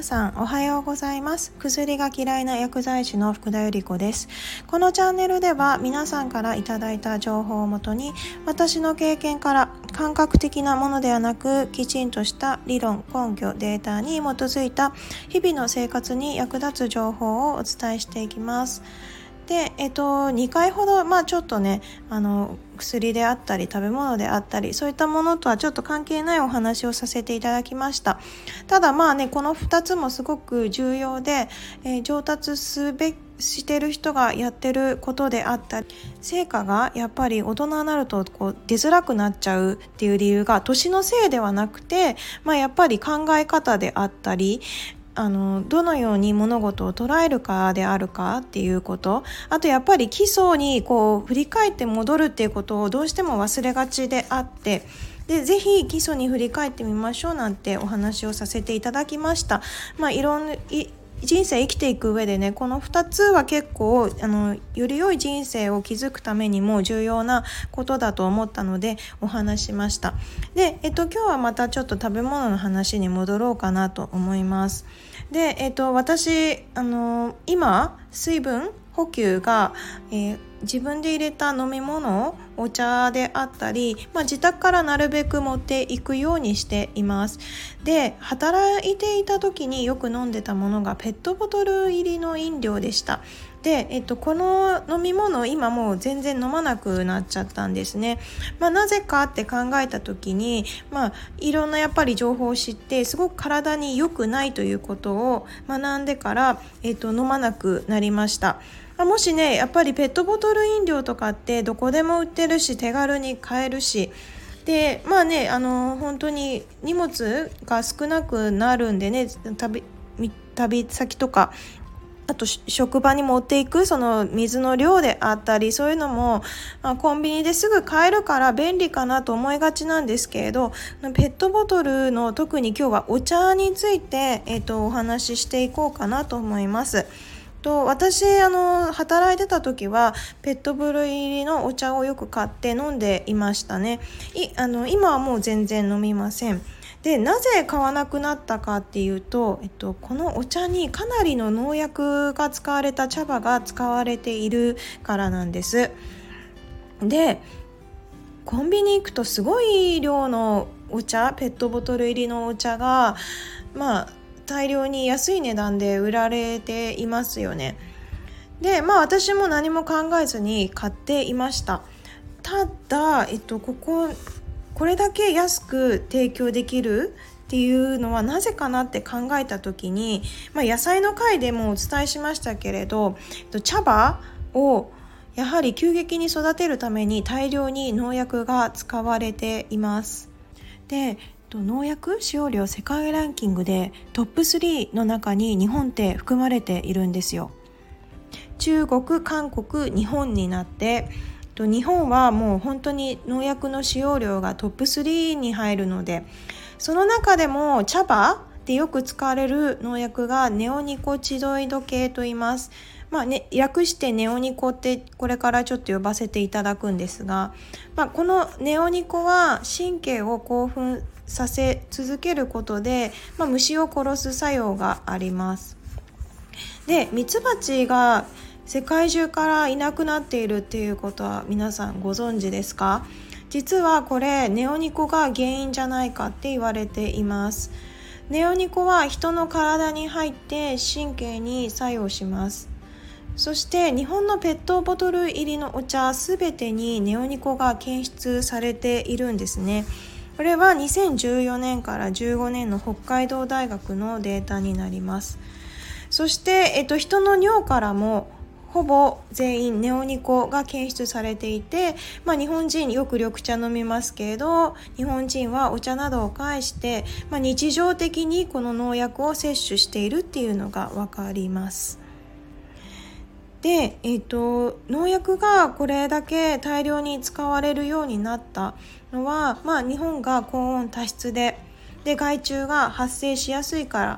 皆さんおはようございます。薬が嫌いな薬剤師の福田由里子です。このチャンネルでは皆さんからいただいた情報をもとに、私の経験から感覚的なものではなく、きちんとした理論、根拠、データに基づいた日々の生活に役立つ情報をお伝えしていきます。で、2回ほど、ちょっとね、薬であったり食べ物であったり、そういったものとはちょっと関係ないお話をさせていただきました。ただこの2つもすごく重要で、上達してる人がやってることであったり、成果がやっぱり大人になると出づらくなっちゃうっていう理由が年のせいではなくて、やっぱり考え方であったり、どのように物事を捉えるかであるかっていうこと、あとやっぱり基礎に振り返って戻るっていうことをどうしても忘れがちであって、でぜひ基礎に振り返ってみましょうなんてお話をさせていただきました。人生生きていく上でね、この2つは結構より良い人生を築くためにも重要なことだと思ったのでお話しました。で、今日はまたちょっと食べ物の話に戻ろうかなと思います。で、私今水分補給が、自分で入れた飲み物、お茶であったり、自宅からなるべく持っていくようにしています。で、働いていた時によく飲んでたものがペットボトル入りの飲料でした。で、この飲み物今もう全然飲まなくなっちゃったんですね。なぜかって考えた時に、いろんなやっぱり情報を知ってすごく体に良くないということを学んでから、飲まなくなりました。もしね、やっぱりペットボトル飲料とかってどこでも売ってるし、手軽に買えるし、で本当に荷物が少なくなるんでね、旅先とか、あと職場に持っていくその水の量であったり、そういうのも、コンビニですぐ買えるから便利かなと思いがちなんですけれど、ペットボトルの特に今日はお茶について、お話ししていこうかなと思います。私働いてた時はペットボトル入りのお茶をよく買って飲んでいましたね。今はもう全然飲みません。で、なぜ買わなくなったかっていうと、このお茶にかなりの農薬が使われた茶葉が使われているからなんです。で、コンビニ行くとすごい量のお茶、ペットボトル入りのお茶が大量に安い値段で売られていますよね。で、私も何も考えずに買っていました。ただ、これだけ安く提供できるっていうのはなぜかなって考えた時に、野菜の回でもお伝えしましたけれど、茶葉をやはり急激に育てるために大量に農薬が使われています。で、農薬使用量世界ランキングでトップ3の中に日本って含まれているんですよ。中国、韓国、日本になって、日本はもう本当に農薬の使用量がトップ3に入るので、その中でも茶葉でよく使われる農薬がネオニコチドイド系と言います。略してネオニコってこれからちょっと呼ばせていただくんですが、このネオニコは神経を興奮させ続けることで、虫を殺す作用があります。で、ミツバチが世界中からいなくなっているっていうことは皆さんご存知ですか？実はこれネオニコが原因じゃないかって言われています。ネオニコは人の体に入って神経に作用します。そして日本のペットボトル入りのお茶すべてにネオニコが検出されているんですね。これは2014年から15年の北海道大学のデータになります。そして、人の尿からもほぼ全員ネオニコが検出されていて、日本人よく緑茶飲みますけれど、日本人はお茶などを介して、日常的にこの農薬を摂取しているっていうのが分かります。で、農薬がこれだけ大量に使われるようになったのは、日本が高温多湿で害虫が発生しやすいから、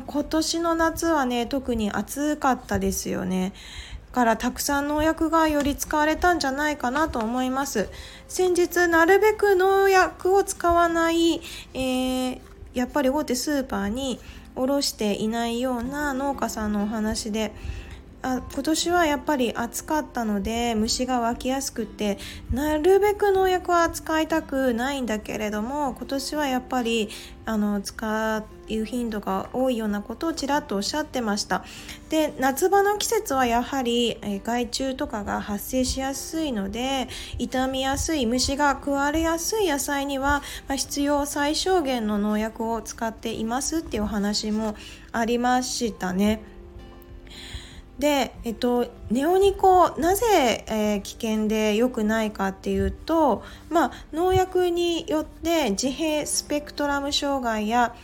今年の夏はね、特に暑かったですよね。からたくさん農薬がより使われたんじゃないかなと思います。先日なるべく農薬を使わない、やっぱり大手スーパーに卸していないような農家さんのお話で、今年はやっぱり暑かったので虫が湧きやすくて、なるべく農薬は使いたくないんだけれども、今年はやっぱり使う頻度が多いようなことをちらっとおっしゃってました。で、夏場の季節はやはり害虫とかが発生しやすいので、傷みやすい、虫が食われやすい野菜には必要最小限の農薬を使っていますっていうお話もありましたね。で、ネオニコなぜ、危険で良くないかっていうと、農薬によって自閉スペクトラム障害や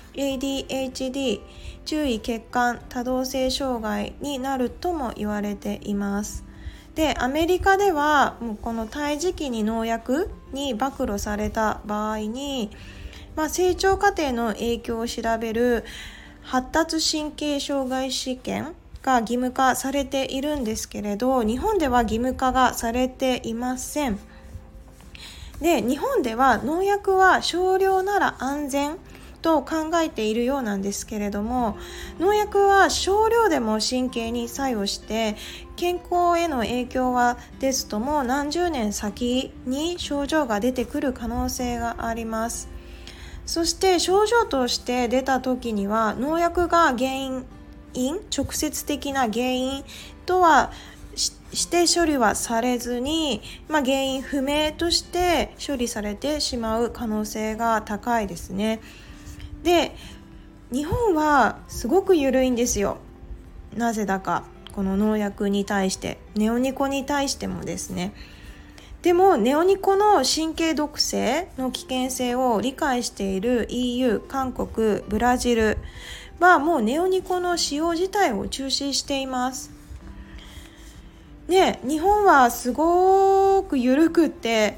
ADHD 注意欠陥多動性障害になるとも言われています。で、アメリカではもうこの胎児期に農薬に暴露された場合に、成長過程の影響を調べる発達神経障害試験が義務化されているんですけれど、日本では義務化がされていません。で、日本では農薬は少量なら安全と考えているようなんですけれども、農薬は少量でも神経に作用して健康への影響はですとも何十年先に症状が出てくる可能性があります。そして症状として出た時には農薬が直接的な原因とはして処理はされずに、原因不明として処理されてしまう可能性が高いですね。で、日本はすごく緩いんですよ。なぜだか、この農薬に対して、ネオニコに対してもですね。でもネオニコの神経毒性の危険性を理解している EU、韓国、ブラジルはもうネオニコの使用自体を中止しています。ね、日本はすごく緩くって、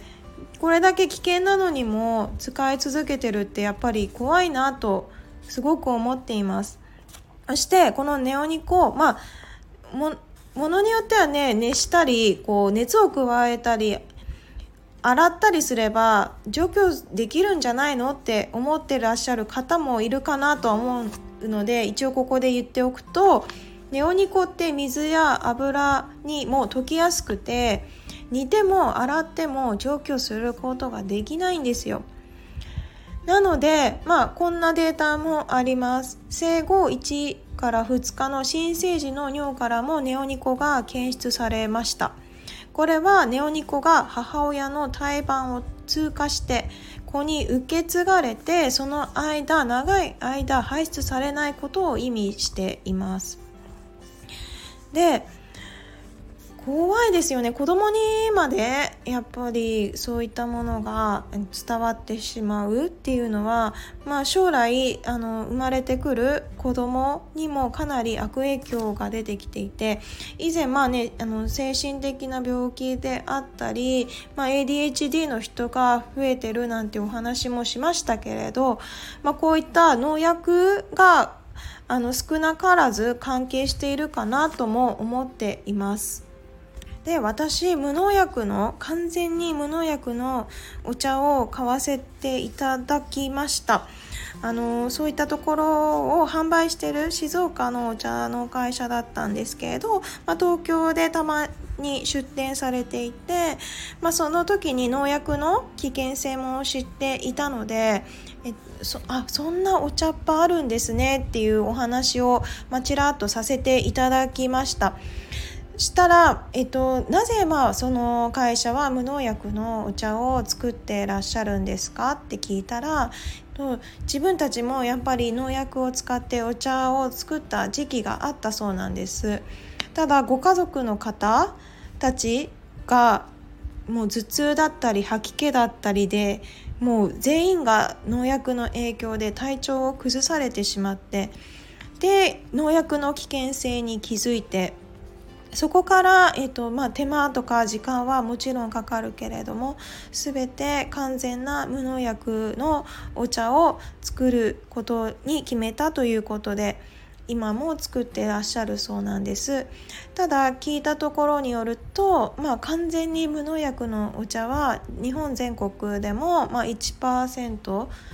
これだけ危険なのにも使い続けてるってやっぱり怖いなとすごく思っています。そしてこのネオニコ、ものによってはね、熱したり熱を加えたり洗ったりすれば除去できるんじゃないのって思ってらっしゃる方もいるかなとは思うので、一応ここで言っておくと、ネオニコって水や油にも溶けやすくて、煮ても洗っても除去することができないんですよ。なので、こんなデータもあります。生後1から2日の新生児の尿からもネオニコが検出されました。これはネオニコが母親の胎盤を通過して子に受け継がれて、その長い間排出されないことを意味しています。で、怖いですよね。子供にまでやっぱりそういったものが伝わってしまうっていうのは、将来生まれてくる子供にもかなり悪影響が出てきていて、以前精神的な病気であったり、ADHD の人が増えてるなんてお話もしましたけれど、こういった農薬が少なからず関係しているかなとも思っています。で、私完全に無農薬のお茶を買わせていただきました。そういったところを販売している静岡のお茶の会社だったんですけれど、東京でたまに出店されていて、その時に農薬の危険性も知っていたので、そんなお茶っ葉あるんですねっていうお話をちらっとさせていただきました。したら、なぜその会社は無農薬のお茶を作ってらっしゃるんですかって聞いたら、自分たちもやっぱり農薬を使ってお茶を作った時期があったそうなんです。ただご家族の方たちがもう頭痛だったり吐き気だったりで、もう全員が農薬の影響で体調を崩されてしまって、で農薬の危険性に気づいて、そこから、手間とか時間はもちろんかかるけれども、すべて完全な無農薬のお茶を作ることに決めたということで、今も作ってらっしゃるそうなんです。ただ聞いたところによると、完全に無農薬のお茶は日本全国でも1%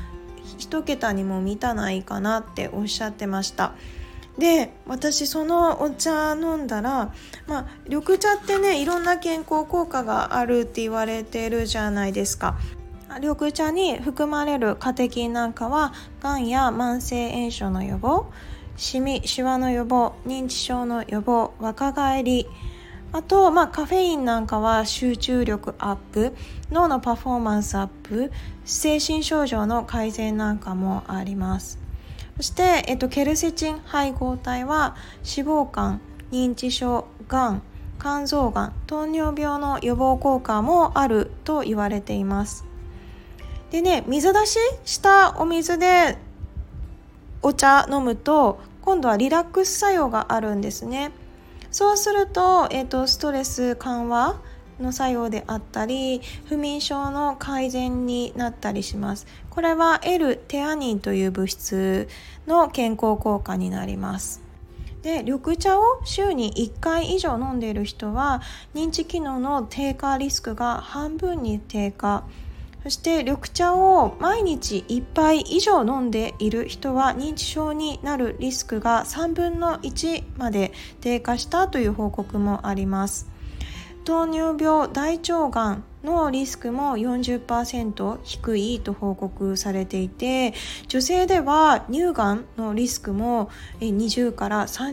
1桁にも満たないかなっておっしゃってました。で、私そのお茶飲んだら、緑茶ってね、いろんな健康効果があるって言われてるじゃないですか。緑茶に含まれるカテキンなんかは、がんや慢性炎症の予防、シミ・シワの予防、認知症の予防、若返り、あと、カフェインなんかは集中力アップ、脳のパフォーマンスアップ、精神症状の改善なんかもあります。そして、ケルセチン配合体は脂肪肝、認知症、がん、肝臓がん、糖尿病の予防効果もあると言われています。でね、水出ししたお水でお茶飲むと今度はリラックス作用があるんですね。そうすると、ストレス緩和の作用であったり、不眠症の改善になったりします。これは L テアニンという物質の健康効果になります。で、緑茶を週に1回以上飲んでいる人は認知機能の低下リスクが半分に低下。そして緑茶を毎日1杯以上飲んでいる人は認知症になるリスクが3分の1まで低下したという報告もあります。糖尿病、大腸がんのリスクも 40% 低いと報告されていて、女性では乳がんのリスクも20から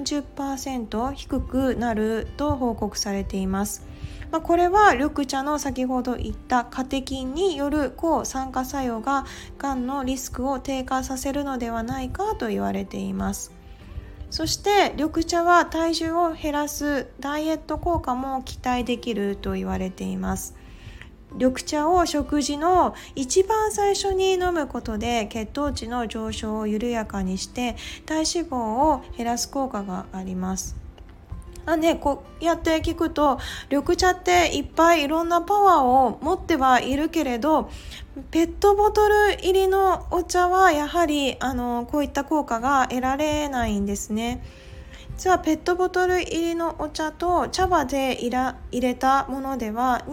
30% 低くなると報告されています。これは緑茶の先ほど言ったカテキンによる抗酸化作用ががんのリスクを低下させるのではないかと言われています。そして緑茶は体重を減らすダイエット効果も期待できると言われています。緑茶を食事の一番最初に飲むことで血糖値の上昇を緩やかにして体脂肪を減らす効果があります。こうやって聞くと緑茶っていっぱいいろんなパワーを持ってはいるけれど、ペットボトル入りのお茶はやはりこういった効果が得られないんですね。実はペットボトル入りのお茶と茶葉で入れたものでは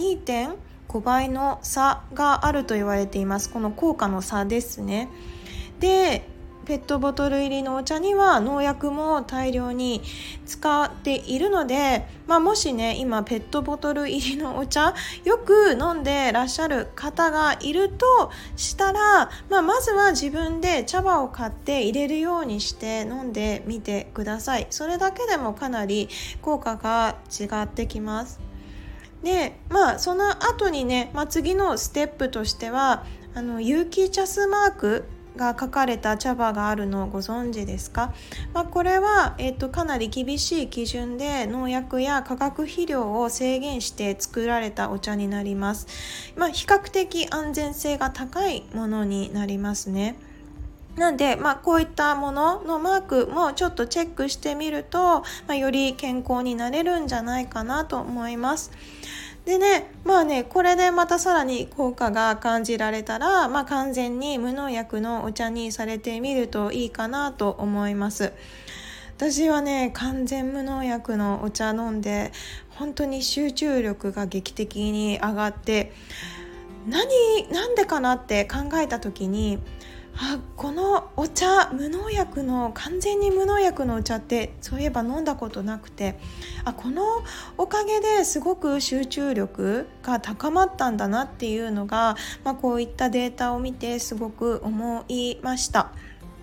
2.5 倍の差があると言われています。この効果の差ですね。で、ペットボトル入りのお茶には農薬も大量に使っているので、もしね、今ペットボトル入りのお茶よく飲んでらっしゃる方がいるとしたら、まずは自分で茶葉を買って入れるようにして飲んでみてください。それだけでもかなり効果が違ってきます。で、その後にね、次のステップとしては有機チャスマークが書かれた茶葉があるのをご存知ですか？これは、かなり厳しい基準で農薬や化学肥料を制限して作られたお茶になります。比較的安全性が高いものになりますね。なんで、こういったもののマークもちょっとチェックしてみると、より健康になれるんじゃないかなと思います。でね、これでまたさらに効果が感じられたら、完全に無農薬のお茶にされてみるといいかなと思います。私はね、完全無農薬のお茶飲んで本当に集中力が劇的に上がって、なんでかなって考えた時に、このお茶完全に無農薬のお茶ってそういえば飲んだことなくて、このおかげですごく集中力が高まったんだなっていうのが、こういったデータを見てすごく思いました。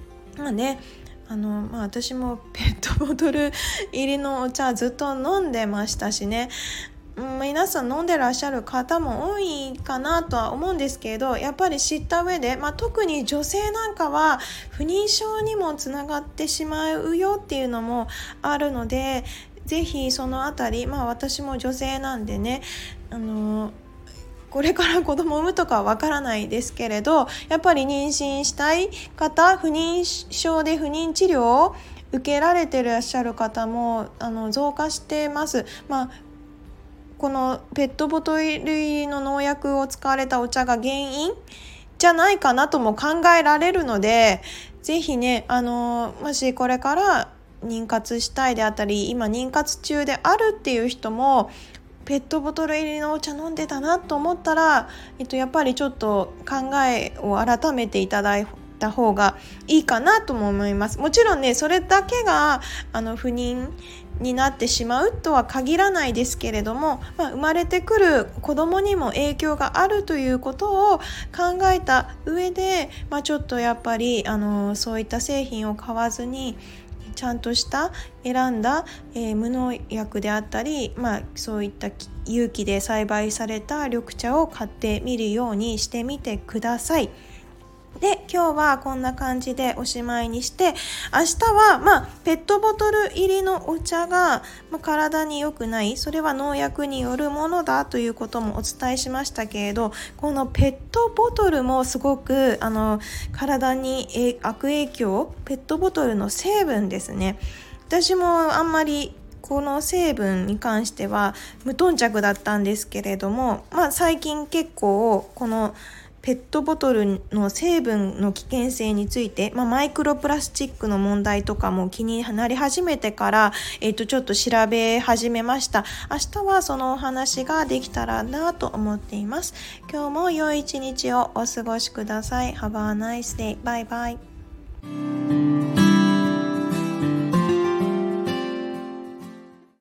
私もペットボトル入りのお茶ずっと飲んでましたしね、皆さん飲んでらっしゃる方も多いかなとは思うんですけど、やっぱり知った上で、特に女性なんかは不妊症にもつながってしまうよっていうのもあるので、ぜひそのあたり、私も女性なんでね、これから子供を産むとかはわからないですけれど、やっぱり妊娠したい方、不妊症で不妊治療を受けられていらっしゃる方も増加してます。このペットボトル入りの農薬を使われたお茶が原因じゃないかなとも考えられるので、ぜひね、もしこれから妊活したいであったり、今妊活中であるっていう人も、ペットボトル入りのお茶飲んでたなと思ったら、やっぱりちょっと考えを改めていただた方がいいかなとも思います。もちろんね、それだけが不妊になってしまうとは限らないですけれども、生まれてくる子供にも影響があるということを考えた上で、ちょっとやっぱりそういった製品を買わずにちゃんとした選んだ、無農薬であったり、そういった有機で栽培された緑茶を買ってみるようにしてみてください。で、今日はこんな感じでおしまいにして、明日はペットボトル入りのお茶が、体に良くない、それは農薬によるものだということもお伝えしましたけれど、このペットボトルもすごく体に悪影響、ペットボトルの成分ですね。私もあんまりこの成分に関しては無頓着だったんですけれども、最近結構このペットボトルの成分の危険性について、マイクロプラスチックの問題とかも気になり始めてから、ちょっと調べ始めました。明日はそのお話ができたらなと思っています。今日も良い一日をお過ごしください。Have a nice day. Bye bye.